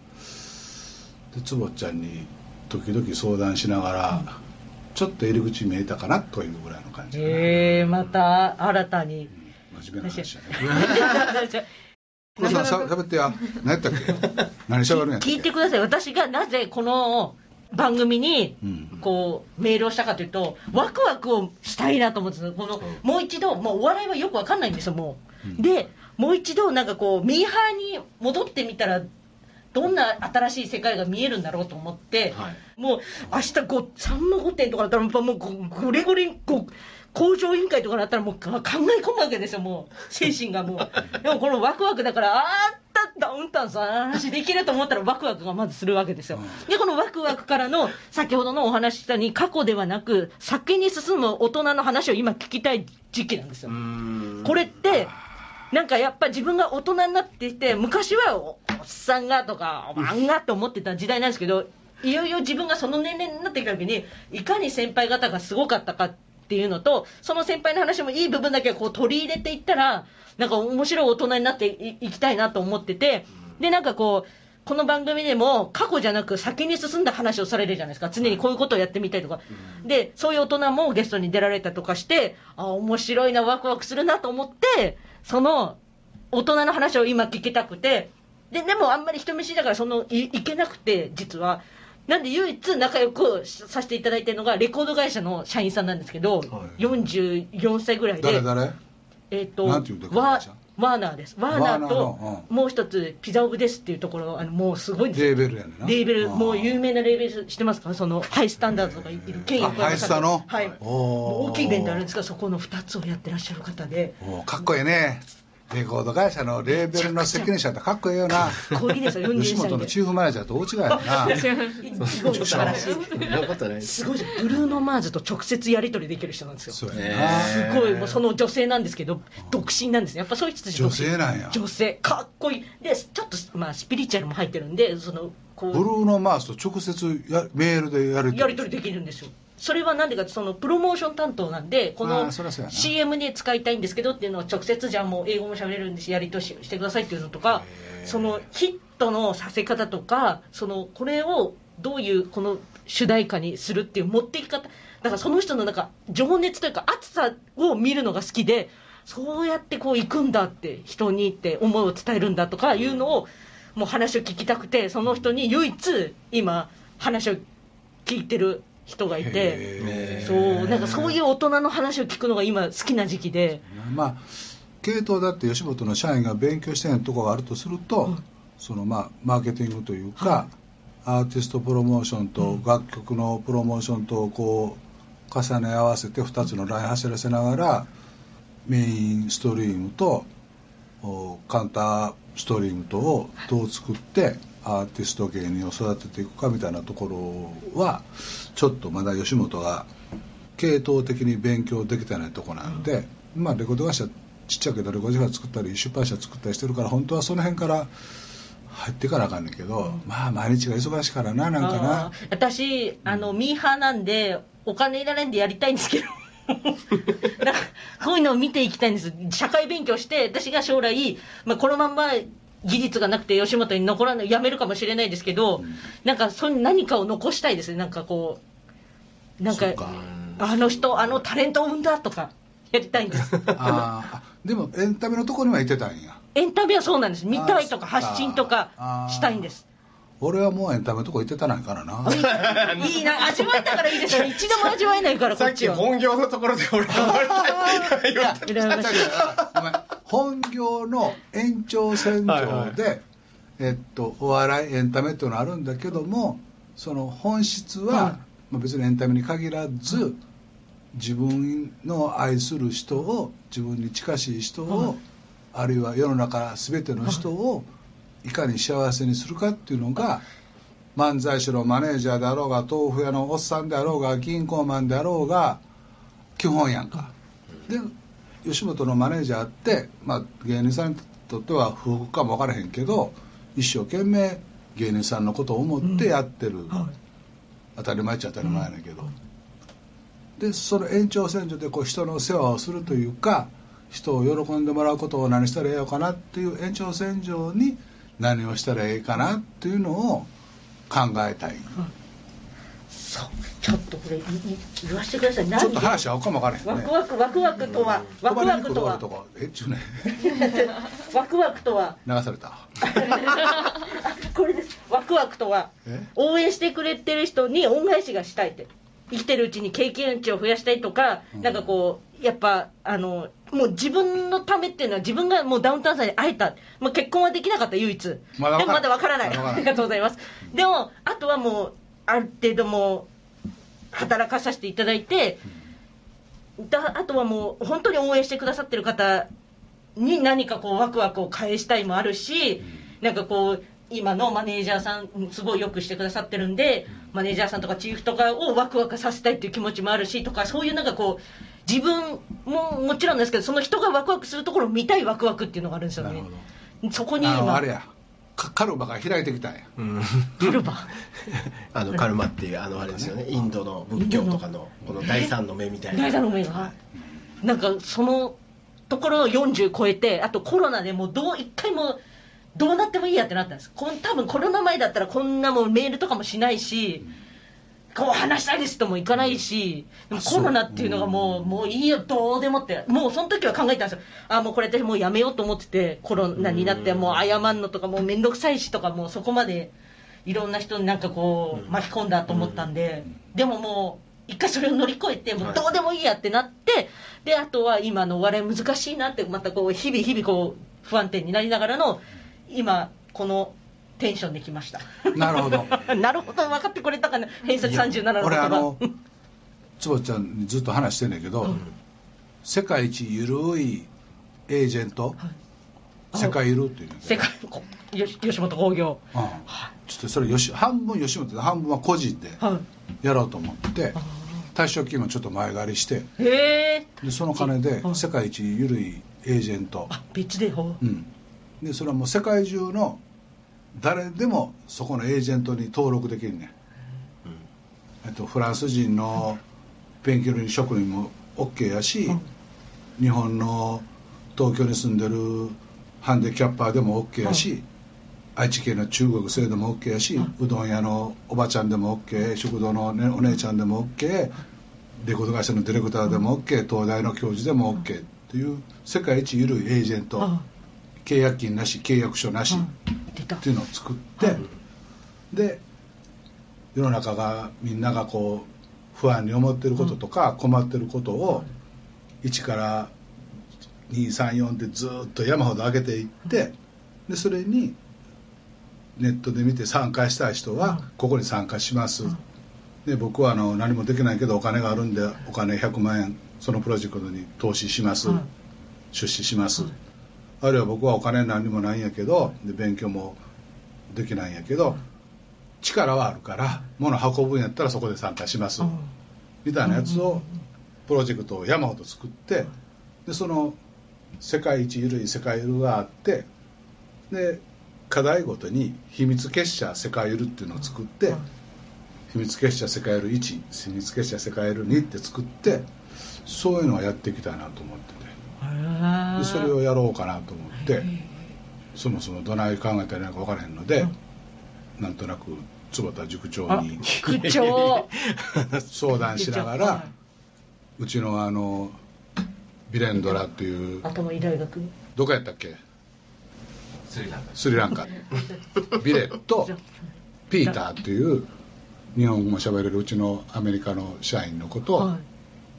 坪ちゃんに時々相談しながらちょっと入り口見えたかなというぐらいの感じ。 へえ、また新たに、 うん、真面目な話やねこれさ、喋ってや。何やったっけ何喋るんやったっけ。 聞いてください。私がなぜこの番組にこうメールをしたかというと、ワクワクをしたいなと思ってこのもう一度、もうお笑いはよくわかんないんですよもう、うん、でもう一度なんかこうミーハーに戻ってみたらどんな新しい世界が見えるんだろうと思って、はい、もう明日ごさんま御殿とかだったらもうゴリゴリこう工場委員会とかだったらもう考え込むわけですよ、もう精神がもうでもこのワクワクだから、あったダウンタウンさん話できると思ったらワクワクがまずするわけですよ。でこのワクワクからの先ほどのお話ししたに過去ではなく先に進む大人の話を今聞きたい時期なんですよ。これってなんかやっぱ自分が大人になっていて、昔はおっさんがとかおばんがと思ってた時代なんですけど、いよいよ自分がその年齢になってきた時にいかに先輩方がすごかったかっていうのと、その先輩の話もいい部分だけこう取り入れていったらなんか面白い大人になって い, いきたいなと思ってて、でなんかこうこの番組でも過去じゃなく先に進んだ話をされるじゃないですか。常にこういうことをやってみたいとかで、そういう大人もゲストに出られたとかして、あ面白いな、ワクワクするなと思って、その大人の話を今聞きたくて、ででもあんまり人見知りだからその い, いけなくて、実はなんで唯一仲良くさせていただいてるのがレコード会社の社員さんなんですけど、はい、よんじゅうよんさいぐらいで、 誰誰えっ、ー、とワーワーナーです。ワーナーともう一つピザオブですっていうところ、あのもうすごいんですよ。 レーベルやねんな。 レーベル、もう有名なレーベルしてますか、そのハイスタンダードとか言ってるケン横山さんの、 はい、大きいイベントあるんですが、そこのふたつをやってらっしゃる方で、 おかっこいいね。レコード会社のレーベルの責任者ってかっこいいよな。かっこいいですよ。 吉本のチーフマネージャーと大違いやな。 すごい素晴らしい。そんなことない。すごい。ブルーノ・マーズと直接やり取りできる人なんですよ。 そうやな。 すごい、もうその女性なんですけど独身なんですね。やっぱそういう人たち女性なんや。 女性かっこいい。でちょっとまあスピリチュアルも入ってるんで、そのこうブルーノ・マーズと直接やメールでやり取りやり取りできるんですよ。それはなんでか、そのプロモーション担当なんで、この シーエム で使いたいんですけどっていうのを直接、じゃあもう英語も喋れるんです、やりとりしてくださいっていうのとか、そのヒットのさせ方とか、そのこれをどういうこの主題歌にするっていう持っていき方だから、その人のなんか情熱というか熱さを見るのが好きで、そうやってこう行くんだって人にって思いを伝えるんだとかいうのをもう話を聞きたくて、その人に唯一今話を聞いてる人がいて、そうなんかそういう大人の話を聞くのが今好きな時期で、 まあ系統だって吉本の社員が勉強してないところがあるとすると、うん、そのまあマーケティングというか、はい、アーティストプロモーションと楽曲のプロモーションとこう重ね合わせてふたつのライン走らせながらメインストリームとカウンターストリームとをどう作ってアーティスト芸人を育てていくかみたいなところはちょっとまだ吉本が系統的に勉強できてないところなんで、うん、まあレコード会社ちっちゃいけどレコード会社作ったり出版社作ったりしてるから本当はその辺から入ってからあかんねんけど、うん、まあ毎日が忙しいからな、なんかな。 私あの、うん、ミーハーなんでお金いらないんでやりたいんですけどなんかこういうのを見ていきたいんです。社会勉強して私が将来、まあ、このまんま技術がなくて吉本に残らない、辞めるかもしれないですけど、うん、なんかそういう何かを残したいですね。なんかこうなんかあの人あのタレントを生んだとかやりたいんですあでもエンタメのところには行ってたんや。 エンタメはそうなんです。見たいとか発信とかしたいんです。 俺はもうエンタメのとこ行ってたないからな。 いいな、味わったからいいですよ。一度も味わえないからこっちは。 さっき本業のところで俺は本業の延長線上で、はいはい、えっと、お笑いエンタメっていうのがあるんだけども、その本質は、はい、まあ、別にエンタメに限らず、はい、自分の愛する人を、自分に近しい人を、はい、あるいは世の中全ての人を、はい、いかに幸せにするかっていうのが漫才師のマネージャーであろうが豆腐屋のおっさんであろうが銀行マンであろうが基本やんか。で吉本のマネージャーって、まあ、芸人さんにとっては不服かも分からへんけど一生懸命芸人さんのことを思ってやってる、うん、はい、当たり前っちゃ当たり前やねんけど、うん、でその延長線上でこう人の世話をするというか人を喜んでもらうことを何したらええのかなっていう延長線上に何をしたらええかなっていうのを考えたい、うん、 そうちょっとこれ言わせてください。 ちょっと話は合うかも分からへんね。 ワクワクワクワクとは、うん、ワクワクとはえっちゅうねワクワクとは流されたこれです。ワクワクとは応援してくれてる人に恩返しがしたいって、生きてるうちに経験値を増やしたいとか、うん、なんかこうやっぱあのもう自分のためっていうのは自分がもうダウンタウンさんに会えた、もう結婚はできなかった唯一、まだでもまだ分からない、ありがとうございます。でもあとはもうある程度もう働かさせていただいて、だあとはもう本当に応援してくださってる方に何かこうワクワクを返したいもあるし、なんかこう今のマネージャーさんすごいよくしてくださってるんで、マネージャーさんとかチーフとかをワクワクさせたいっていう気持ちもあるしとか、そういうなんかこう自分ももちろんですけど、その人がワクワクするところを見たいワクワクっていうのがあるんですよね。そこに今あ, あれやカルマが開いてきたんや、うん、 カルマあのカルマっていうあのあれですよね、インドの仏教とかのこの第三の目みたいな、 第三の目がなんかそのところをよんじゅう超えて、あとコロナでもうどう一回もどうなってもいいやってなったんです。こん多分コロナ前だったらこんなもんメールとかもしないし、こう話したいですともいかないし、でもコロナっていうのがもう、うん、もういいよどうでもって、もうその時は考えたんですよ。あもうこれ私もうやめようと思ってて、コロナになってもう謝んのとかもうめんどくさいしとか、もうそこまでいろんな人になんかこう巻き込んだと思ったんで、でももう一回それを乗り越えてもうどうでもいいやってなって、であとは今のお笑い難しいなって、またこう日々日々こう不安定になりながらの今このテンションできました。 なるほどなるほど、分かってくれたかな。偏差値さんじゅうななの言葉。 俺あの坪ちゃんにずっと話してんねんけど、うん、世界一ゆるいエージェント、はい、世界いるっていう世界吉本興業、 うん、ちょっとそれ吉半分吉本で半分は個人でやろうと思って、はい、退職金もちょっと前借りして、 へでその金で世界一ゆるいエージェント、 あ別で、 うん、でそれはもう世界中の誰でもそこのエージェントに登録できるね、うん、えっと、フランス人のペンキ塗り職人も OK やし、うん、日本の東京に住んでるハンデキャッパーでも OK やし、うん、愛知県の中国生でも OK やし、うん、うどん屋のおばちゃんでも OK、 食堂の、ね、お姉ちゃんでも OK、 レコード会社のディレクターでも OK、 東大の教授でも OK っていう世界一緩いエージェント、うん、契約金なし契約書なし、うん、っていうのを作って、うん、で世の中がみんながこう不安に思ってることとか困ってることを一からにさんよんってずっと山ほど上げていって、でそれにネットで見て参加したい人はここに参加します、で僕はあの何もできないけどお金があるんでお金ひゃくまんえんそのプロジェクトに投資します、出資します、あるいは僕はお金何もないんやけどで勉強もできないんやけど力はあるから物運ぶんやったらそこで参加します、みたいなやつをプロジェクトを山ほど作って、でその世界一緩い世界ゆるがあって、で課題ごとに秘密結社世界ゆるっていうのを作って、秘密結社世界ゆるいち、秘密結社世界ゆるにって作って、そういうのはやっていきたいなと思ってて、でそれをやろうかなと思って、そもそもどない考えたらいいのか分からへんので、なんとなく坪田塾長に塾長相談しながら、うちのあのビレンドラっていう頭いい大学どこやったっけ、 スリランカスリランカビレとピーターっていう日本語も喋れるうちのアメリカの社員の子と、はい、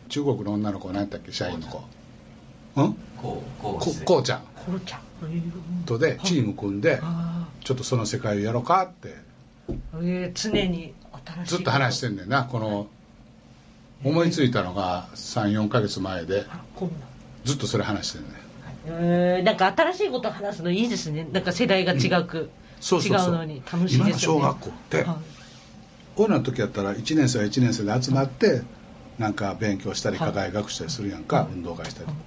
中国の女の子何やったっけ、社員の子うんこうこうこうちゃんとでチーム組んで、ちょっとその世界をやろうかって、 えー、常に新しいずっと話してんねんな。この思いついたのがさんよんかげつまえでずっとそれ話してんねん。 えー、なんか新しいことを話すのいいですね。なんか世代が違く、うん、そうそうそう、違うのに楽しいですよね。 今の小学校って、はい、俺らの時やったらいちねん生はいちねん生で集まってなんか勉強したり課外学したりするやんか、はい、運動会したり、はい、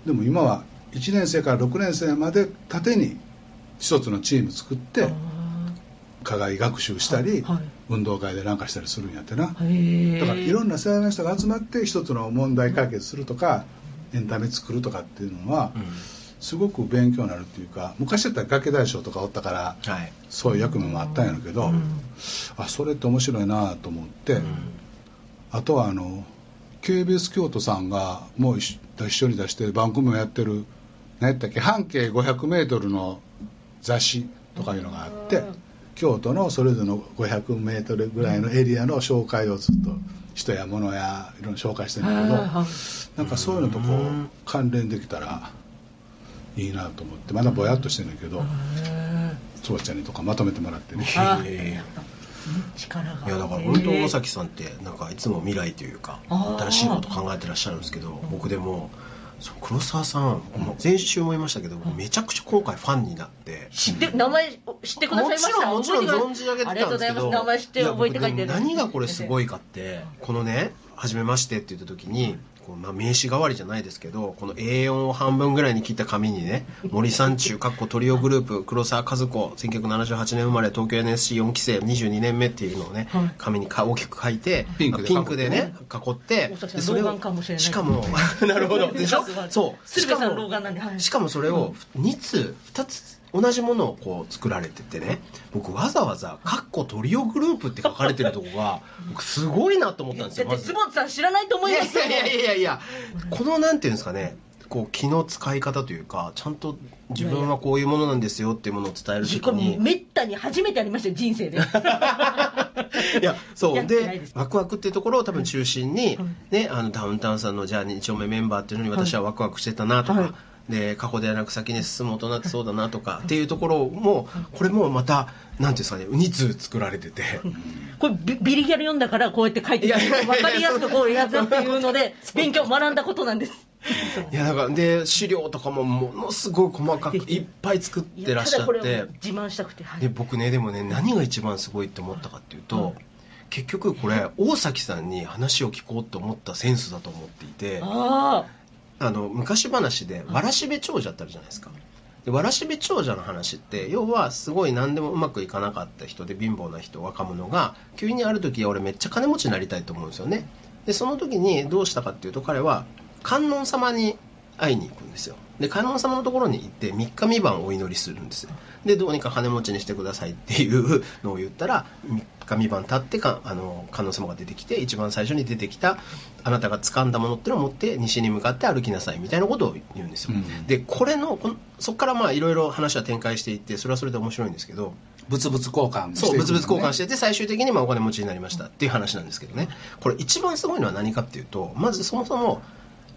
でも今はいちねん生からろくねん生まで縦に一つのチーム作って課外学習したり、はいはい、運動会でなんかしたりするんやってな。だからいろんな世代の人が集まって一つの問題解決するとか、エンタメ作るとかっていうのは、うん、すごく勉強になるっていうか、昔だったら崖大将とかおったから、はい、そういう役目もあったんやけど、うん、あそれって面白いなと思って、うん、あとはあの ケービーエス 京都さんがもう一緒に出して番組をやってる何やったっけ、半径ごひゃくメートルの雑誌とかいうのがあって、うん、京都のそれぞれのごひゃくメートルぐらいのエリアの紹介をずっと人や物やいろんな紹介してるんだけど、なんかそういうのとこう関連できたらいいなと思って、まだぼやっとしてるんだけど、つばちゃんにとかまとめてもらってね。 力がいやだから本当大崎さんってなんかいつも未来というか新しいこと考えてらっしゃるんですけど、僕でもそう黒沢さん、先週も言いましたけど、めちゃくちゃ今回ファンになって、 知って名前知ってくださいました。 もちろんもちろん存じ上げてたんですけど、ありがとうございます。 名前知って覚えて書いてる。 何がこれすごいかって、このね初めましてって言った時にこう、まあ、名刺代わりじゃないですけど、この エーよん を半分ぐらいに切った紙にね、森三中かっこトリオグループ黒沢和子せんきゅうひゃくななじゅうはちねん生まれ東京 エヌエスシーよん 期生にじゅうにねんめっていうのをね、はい、紙に大きく書いてピンクで、ピンクでね囲って、でそれをしかもなるほどでしょ、そうしかも、はい、しかもそれをにつふたつ同じものをこう作られててね、僕わざわざ「かっこトリオグループ」って書かれてるとこが僕すごいなと思ったんですよ。 だって坪田さん知らないと思いますよ。 いやいやいやいや、このなんていうんですかね、こう気の使い方というか、ちゃんと自分はこういうものなんですよっていうものを伝える時に、 めったに初めてありましたよ人生で。いやそうでワクワクっていうところを多分中心に、ね、あのダウンタウンさんのじゃあに丁目メンバーっていうのに私はワクワクしてたなとか、はいはい、で過去ではなく先に進む大人ってそうだなとかっていうところも、これもまたなんていうんですかね、につう作られてて、 これ ビ, ビリギャル読んだからこうやって書いてる、分かりやすくこうやつっていうので勉強学んだことなんです。 いやだからで資料とかもものすごい細かくいっぱい作ってらっしゃって、 自慢したくて、はい、 で僕ねでもね何が一番すごいって思ったかっていうと、はい、結局これ大崎さんに話を聞こうと思ったセンスだと思っていて、ああの昔話でわらしべ長者ってあるじゃないですか。でわらしべ長者の話って要はすごい何でもうまくいかなかった人で貧乏な人若者が急にある時俺めっちゃ金持ちになりたいと思うんですよね。でその時にどうしたかっていうと、彼は観音様に会いに行くんですよ。で観音様のところに行ってみっかみばんお祈りするんですよ。でどうにか金持ちにしてくださいっていうのを言ったらみっかみばん経ってかあの観音様が出てきて、一番最初に出てきたあなたが掴んだものっていうのを持って西に向かって歩きなさいみたいなことを言うんですよ、うん、でこれのこのそこからまあいろいろ話は展開していって、それはそれで面白いんですけど、 物々交換していく、 そう物々交換してて最終的にまあお金持ちになりましたっていう話なんですけどね、これ一番すごいのは何かっていうと、まずそもそも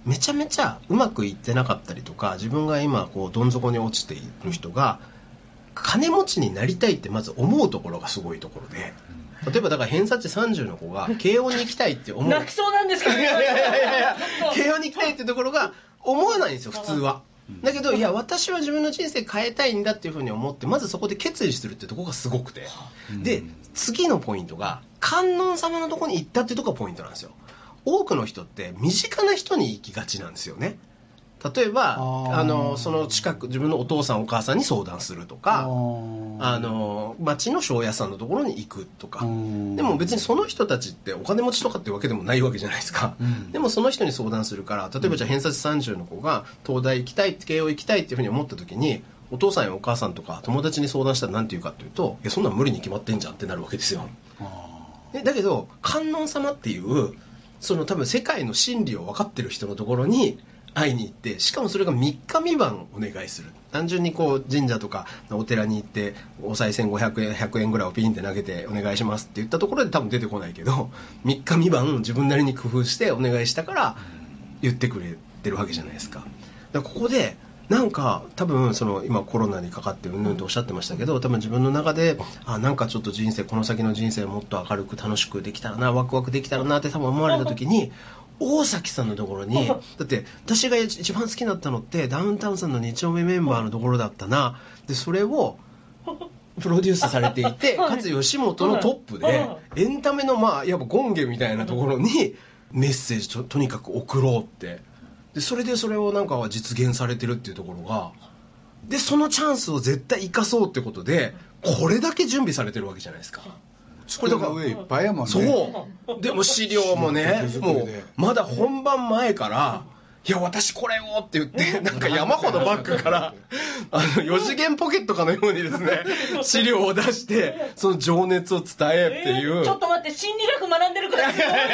めちゃめちゃうまくいってなかったりとか、自分が今こうどん底に落ちている人が金持ちになりたいってまず思うところがすごいところで、例えばだから偏差値さんじゅうの子が慶応に行きたいって思う泣きそうなんですけど、 いやいやいやいや慶応に行きたいってところが思わないんですよ普通は。だけどいや私は自分の人生変えたいんだっていうふうに思ってまずそこで決意するってところがすごくて、で次のポイントが観音様のところに行ったってところがポイントなんですよ。多くの人って身近な人に行きがちなんですよね。例えばあのその近く自分のお父さんお母さんに相談するとか、あの町の庄屋さんのところに行くとか。でも別にその人たちってお金持ちとかってわけでもないわけじゃないですか、うん、でもその人に相談するから、例えばじゃあ偏差値さんじゅうの子が東大行きたい慶応行きたいっていうふうに思った時にお父さんやお母さんとか友達に相談したら何て言うかっていうと、いやそんなん無理に決まってんじゃんってなるわけですよ。でだけど観音様っていうその多分世界の真理を分かってる人のところに会いに行って、しかもそれがみっかみばんお願いする。単純にこう神社とかお寺に行ってお賽銭ごひゃくえんひゃくえんぐらいをピンって投げてお願いしますって言ったところで多分出てこないけど、みっかみばん自分なりに工夫してお願いしたから言ってくれてるわけじゃないですか。だからここでなんか多分その今コロナにかかってうんぬんとおっしゃってましたけど、多分自分の中であなんかちょっと人生この先の人生もっと明るく楽しくできたらな、ワクワクできたらなって多分思われた時に大崎さんのところに、だって私が一番好きだったのってダウンタウンさんのに丁目メンバーのところだったな、でそれをプロデュースされていてかつ吉本のトップでエンタメのまあいわば権限みたいなところにメッセージ と, とにかく送ろうって、でそれでそれをなんかは実現されてるっていうところが、でそのチャンスを絶対生かそうってことでこれだけ準備されてるわけじゃないですか。 これだから上いっぱいやもんね。 そうでも資料もねもうまだ本番前からいや私これをって言ってなんか山ほどバッグからあのよ次元ポケットかのようにですね資料を出してその情熱を伝えっていう、 えー、ちょっと待って心理学学んでるくらいですよ。もうや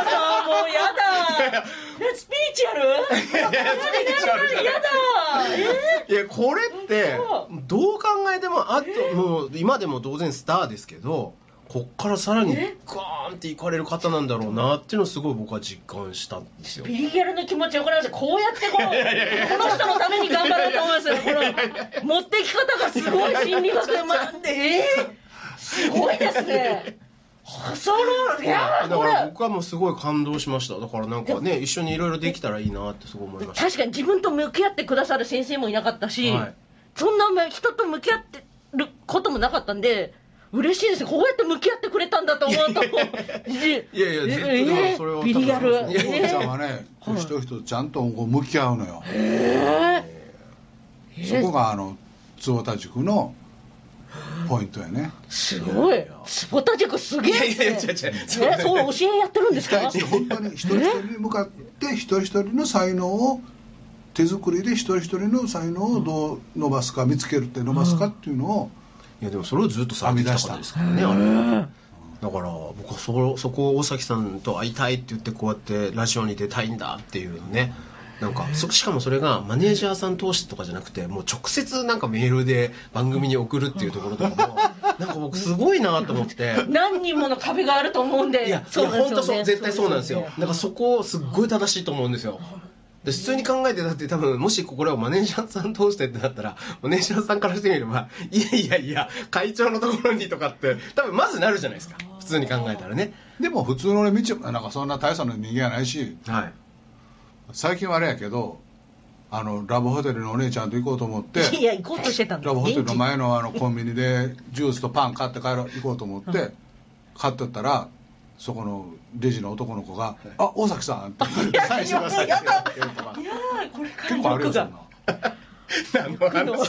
だスピーチュアルいやいやスピーチュアルじゃない。 やだ、 えー、いやこれってどう考えてもあともう今でも当然スターですけどこっからさらにガーンっていかれる方なんだろうなっていうのをすごい僕は実感したんですよ。 ビリギャルの気持ち分かりますよ。こうやってこのこの人のために頑張ろうと思いますよ。この持ってき方がすごい心理学で学んでえー、すごいですね。そのいやだから僕はもうすごい感動しました。だからなんかね一緒にいろいろできたらいいなってすごい思いました。 確かに自分と向き合ってくださる先生もいなかったし、はい、そんな人と向き合ってることもなかったんで嬉しいですよ。こうやって向き合ってくれたんだと思うといやいやずっとそれをビリギャルお父ちゃんはね人々とちゃんと向き合うのよ。 へーそこがあの坪田塾のポイントやね。 すごい坪田塾すげえって。いやいや違う違うそう教えやってるんですか。 本当に一人一人に向かって一人一人の才能を手作りで一人一人の才能をどう伸ばすか見つけるって伸ばすかっていうのを、 いやでもそれをずっとされてきた方ですからねあれ。だから僕は そ, そこを大崎さんと会いたいって言ってこうやってラジオに出たいんだっていうね、なんかそしかもそれがマネージャーさん通してとかじゃなくてもう直接なんかメールで番組に送るっていうところとかもなんか僕すごいなと思って何人もの壁があると思うんで。 いやいや本当そう絶対そうなんですよ。だからそこすっごい正しいと思うんですよ。で普通に考えてだって多分もしこれをマネージャーさん通してってなったらマネージャーさんからしてみればいやいやいや会長のところにとかって多分まずなるじゃないですか普通に考えたらね。 でも普通の俺道なんかそんな大差の人間やないし、 はい、 最近はあれやけどあのラブホテルのお姉ちゃんと行こうと思っていや行こうとしてたんだ。 ラブホテルの前のあのコンビニでジュースとパン買って帰ろう行こうと思って買ってったらそこのレジの男の子が「あ大崎さん」ってサインしてくださいって言うとか結構あるよそんな。 何の話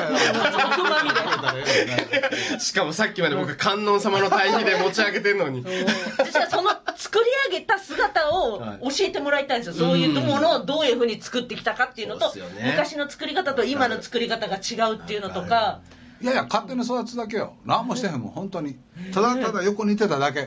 しかもさっきまで僕観音様の対比で持ち上げてるのに私はその作り上げた姿を教えてもらいたいんですよ、はい、そういうものをどういう風に作ってきたかっていうのと、ね、昔の作り方と今の作り方が違うっていうのとか。 いやいや勝手に育つだけよ。何もしてへんもん本当にただただ横にいてただけ。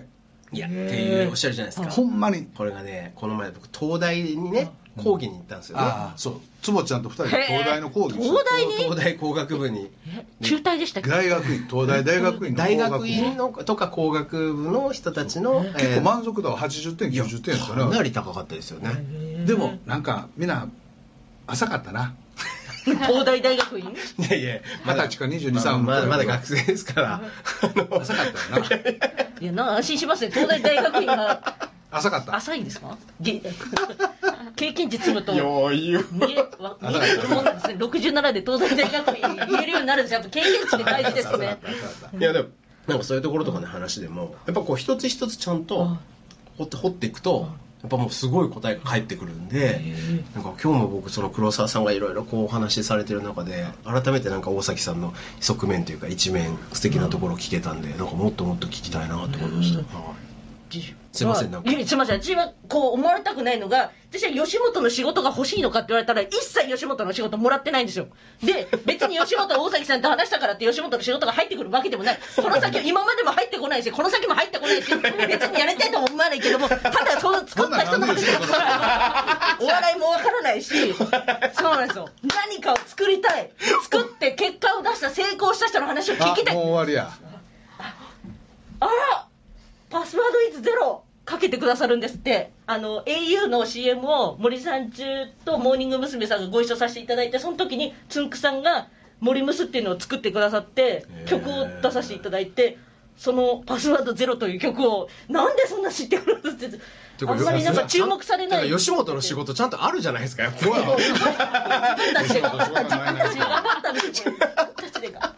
いやっていうおっしゃるじゃないですか。 ほんまにこれがね、この前僕東大にね講義に行ったんですよね。 ああそう、坪ちゃんとふたりで東大の講義東大に東大工学部に中大でしたっけ？ 大学院、東大大学院の大学院のとか工学部の人たちの結構満足度ははちじゅってんきゅうじゅってんですよね。 かなり高かったですよね。 でもなんかみんな浅かったな。 東大大学院いやいや二十歳かにじゅうに、さんまだまだ学生ですから浅かったよな。 いやな、安心しますね。東大大学院が浅かった。 浅いんですか？経験値積むと余裕見えわ見えるもんなんですね。ろくじゅうななで東大大学院言えるようになるんですよ。やっぱ経験値って大事ですね。 いやでもなんかそういうところとかの話でもやっぱこう一つ一つちゃんと掘って掘っていくとやっぱもうすごい答えが返ってくるんで、なんか今日も僕その黒沢さんがいろいろこうお話しされてる中で改めてなんか大崎さんの側面というか一面素敵なところを聞けたんで、なんかもっともっと聞きたいなと思いました。すいませんなんか。 いやすいません。私はこう思われたくないのが、私は吉本の仕事が欲しいのかって言われたら一切吉本の仕事もらってないんですよ。で別に吉本大崎さんと話したからって吉本の仕事が入ってくるわけでもない。この先今までも入ってこないし、この先も入ってこないし、別にやりたいとも思わないけども、ただその作った人の話だからお笑いもわからないし、そうなんですよ。何かを作りたい、作って結果を出した成功した人の話を聞きたい。 あ、もう終わりや。 あら、パスワードイズゼロかけてくださるんですって。あの エーユー の シーエム を森三中とモーニング娘。さんがご一緒させていただいて、その時につんくさんが森むすっていうのを作ってくださって曲を出させていただいて、そのパスワードゼロという曲をなんでそんな知ってるんですって。あんまりなんか注目されない。 吉本の仕事ちゃんとあるじゃないですか。やっぱり自分たちで頑張った自分たちで頑張った自分たちで頑張った。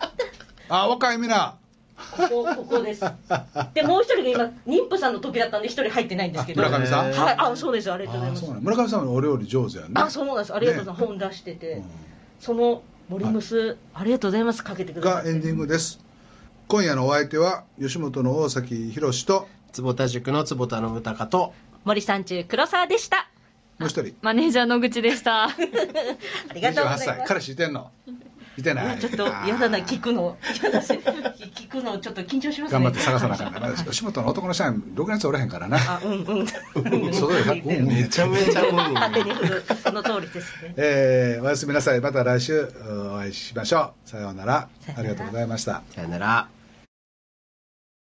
あ、若いみな。 ここここです。でもう一人が今妊婦さんの時だったんで一人入ってないんですけど。 村上さん。 はい、あ、そうです。ありがとうございます。 そうなん村上さんはお料理上手やね。 あ、そうなんです。ありがとうございます。本出してて、その森むすありがとうございます。かけてください。 がエンディングです。今夜のお相手は吉本の大崎宏と坪田塾の坪田信孝と森三中黒沢でした。 もう一人マネージャー野口でした。 ありがとうございます。 にじゅうはっさい。彼氏いてんの？いてない。 ちょっと嫌だな、聞くの嫌だし聞くのちょっと緊張しますね。 頑張って探さなあかんから吉本の男の社員ろくねつおらへんからな。 あ、うんうんそれがめちゃめちゃ本人当てに振る。その通りですね。 えー、おやすみなさい。また来週お会いしましょう。さようなら。ありがとうございました。 さよなら。